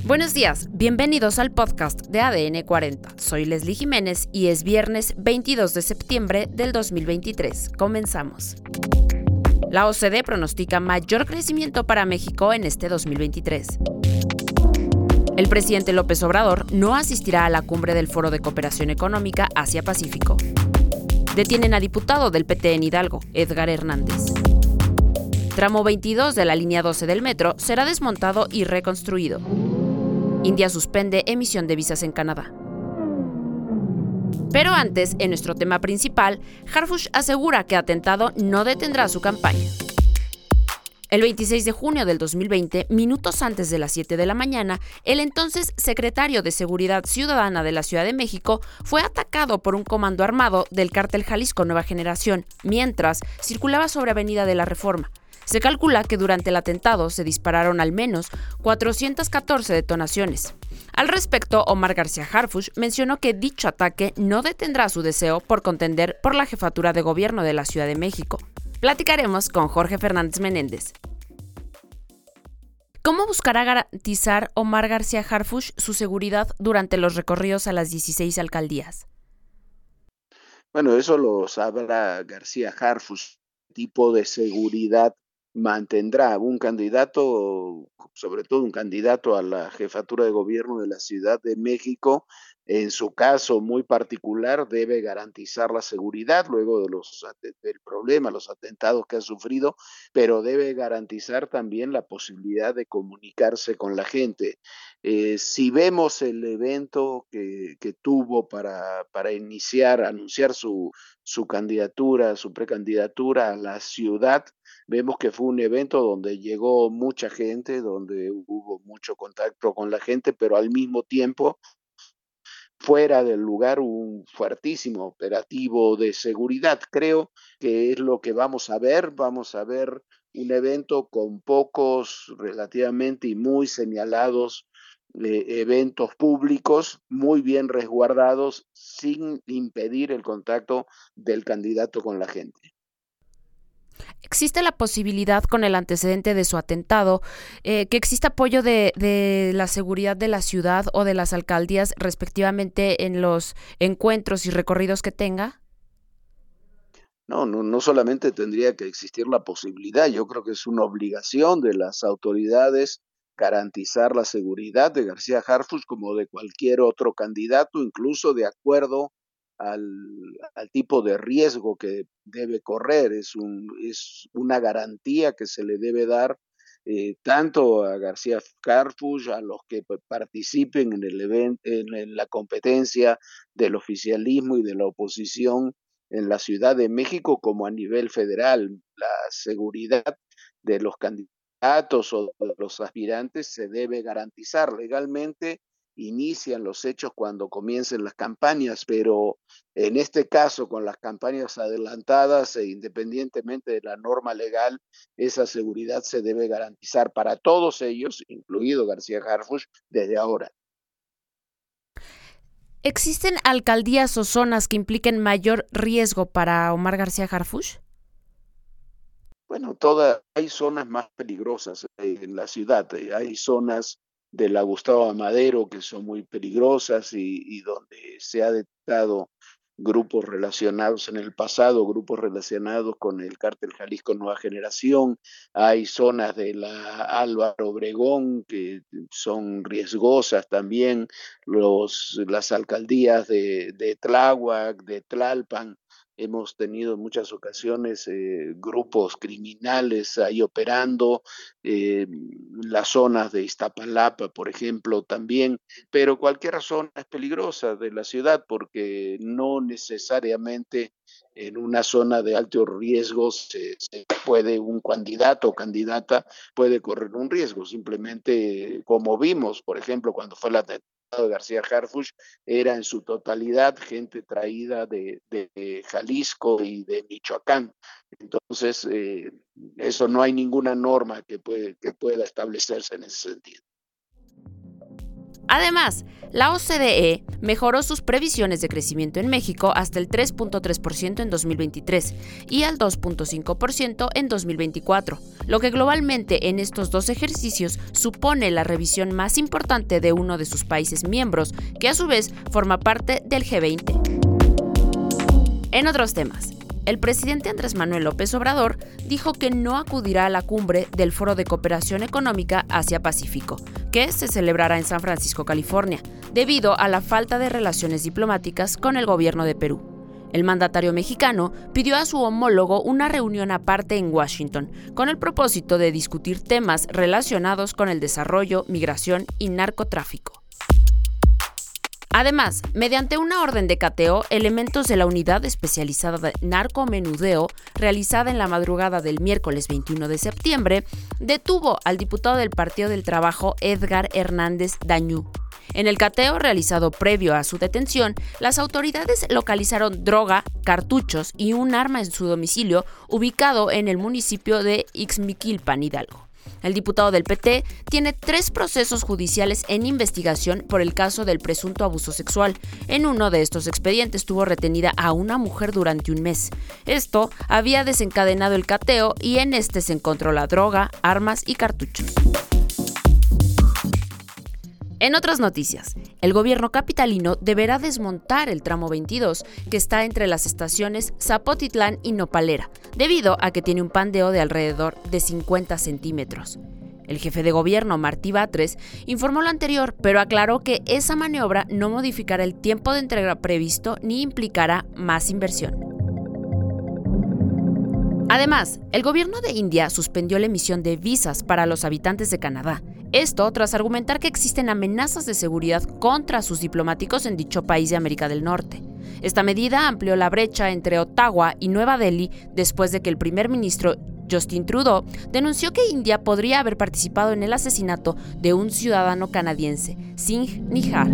Buenos días, bienvenidos al podcast de ADN 40. Soy Leslie Jiménez y es viernes 22 de septiembre del 2023. Comenzamos. La OCDE pronostica mayor crecimiento para México en este 2023. El presidente López Obrador no asistirá a la cumbre del Foro de Cooperación Económica Asia-Pacífico. Detienen a diputado del PT en Hidalgo, Edgar Hernández. Tramo 22 de la línea 12 del metro será desmontado y reconstruido. India suspende emisión de visas en Canadá. Pero antes, en nuestro tema principal, Harfush asegura que atentado no detendrá su campaña. El 26 de junio del 2020, minutos antes de las 7 de la mañana, el entonces secretario de Seguridad Ciudadana de la Ciudad de México fue atacado por un comando armado del cártel Jalisco Nueva Generación, mientras circulaba sobre Avenida de la Reforma. Se calcula que durante el atentado se dispararon al menos 414 detonaciones. Al respecto, Omar García Harfush mencionó que dicho ataque no detendrá su deseo por contender por la jefatura de gobierno de la Ciudad de México. Platicaremos con Jorge Fernández Menéndez. ¿Cómo buscará garantizar Omar García Harfush su seguridad durante los recorridos a las 16 alcaldías? Bueno, eso lo sabrá García Harfush, tipo de seguridad mantendrá un candidato, sobre todo un candidato a la jefatura de gobierno de la Ciudad de México. En su caso muy particular debe garantizar la seguridad luego de del problema, los atentados que ha sufrido, pero debe garantizar también la posibilidad de comunicarse con la gente. Si vemos el evento que tuvo para anunciar su candidatura, su precandidatura a la ciudad, vemos que fue un evento donde llegó mucha gente, donde hubo mucho contacto con la gente, pero al mismo tiempo, fuera del lugar, un fuertísimo operativo de seguridad. Creo que es lo que vamos a ver un evento con pocos relativamente y muy señalados eventos públicos, muy bien resguardados, sin impedir el contacto del candidato con la gente. ¿Existe la posibilidad, con el antecedente de su atentado, que exista apoyo de la seguridad de la ciudad o de las alcaldías respectivamente en los encuentros y recorridos que tenga? No solamente tendría que existir la posibilidad, yo creo que es una obligación de las autoridades garantizar la seguridad de García Harfuch como de cualquier otro candidato, incluso de acuerdo al, al tipo de riesgo que debe correr. Es una garantía que se le debe dar tanto a García Harfuch, a los que participen en el evento, en la competencia del oficialismo y de la oposición en la Ciudad de México como a nivel federal. La seguridad de los candidatos o de los aspirantes se debe garantizar legalmente. Inician los hechos cuando comiencen las campañas, pero en este caso, con las campañas adelantadas e independientemente de la norma legal, esa seguridad se debe garantizar para todos ellos, incluido García Harfuch, desde ahora. ¿Existen alcaldías o zonas que impliquen mayor riesgo para Omar García Harfuch? Bueno, hay zonas más peligrosas en la ciudad. Hay zonas de la Gustavo Amadero que son muy peligrosas y donde se ha detectado grupos relacionados en el pasado, grupos relacionados con el cártel Jalisco Nueva Generación. Hay zonas de la Álvaro Obregón que son riesgosas también. Las alcaldías de Tláhuac, de Tlalpan. Hemos tenido en muchas ocasiones grupos criminales ahí operando, las zonas de Iztapalapa, por ejemplo, también, pero cualquier zona es peligrosa de la ciudad porque no necesariamente en una zona de alto riesgo un candidato o candidata puede correr un riesgo, simplemente como vimos, por ejemplo, cuando fue la de García Harfuch, era en su totalidad gente traída de Jalisco y de Michoacán. Entonces, eso no hay ninguna norma que pueda establecerse en ese sentido. Además, la OCDE mejoró sus previsiones de crecimiento en México hasta el 3.3% en 2023 y al 2.5% en 2024, lo que globalmente en estos dos ejercicios supone la revisión más importante de uno de sus países miembros, que a su vez forma parte del G20. En otros temas, el presidente Andrés Manuel López Obrador dijo que no acudirá a la cumbre del Foro de Cooperación Económica Asia-Pacífico, que se celebrará en San Francisco, California, debido a la falta de relaciones diplomáticas con el gobierno de Perú. El mandatario mexicano pidió a su homólogo una reunión aparte en Washington, con el propósito de discutir temas relacionados con el desarrollo, migración y narcotráfico. Además, mediante una orden de cateo, elementos de la Unidad Especializada de Narcomenudeo, realizada en la madrugada del miércoles 21 de septiembre, detuvo al diputado del Partido del Trabajo Edgar Hernández Dañú. En el cateo realizado previo a su detención, las autoridades localizaron droga, cartuchos y un arma en su domicilio ubicado en el municipio de Ixmiquilpan, Hidalgo. El diputado del PT tiene 3 procesos judiciales en investigación por el caso del presunto abuso sexual. En uno de estos expedientes tuvo retenida a una mujer durante un mes. Esto había desencadenado el cateo y en este se encontró la droga, armas y cartuchos. En otras noticias, el gobierno capitalino deberá desmontar el tramo 22, que está entre las estaciones Zapotitlán y Nopalera, debido a que tiene un pandeo de alrededor de 50 centímetros. El jefe de gobierno, Martí Batres, informó lo anterior, pero aclaró que esa maniobra no modificará el tiempo de entrega previsto ni implicará más inversión. Además, el gobierno de India suspendió la emisión de visas para los habitantes de Canadá. Esto tras argumentar que existen amenazas de seguridad contra sus diplomáticos en dicho país de América del Norte. Esta medida amplió la brecha entre Ottawa y Nueva Delhi después de que el primer ministro Justin Trudeau denunció que India podría haber participado en el asesinato de un ciudadano canadiense, Singh Nihar.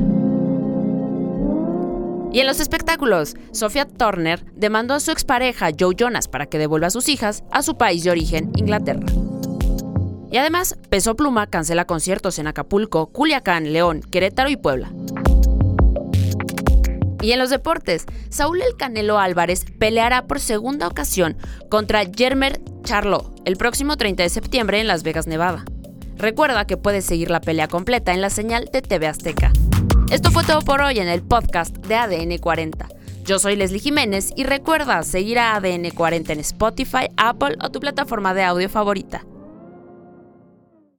Y en los espectáculos, Sophia Turner demandó a su expareja Joe Jonas para que devuelva a sus hijas a su país de origen, Inglaterra. Y además, Peso Pluma cancela conciertos en Acapulco, Culiacán, León, Querétaro y Puebla. Y en los deportes, Saúl El Canelo Álvarez peleará por segunda ocasión contra Jermell Charlo el próximo 30 de septiembre en Las Vegas, Nevada. Recuerda que puedes seguir la pelea completa en la señal de TV Azteca. Esto fue todo por hoy en el podcast de ADN 40. Yo soy Leslie Jiménez y recuerda seguir a ADN 40 en Spotify, Apple o tu plataforma de audio favorita.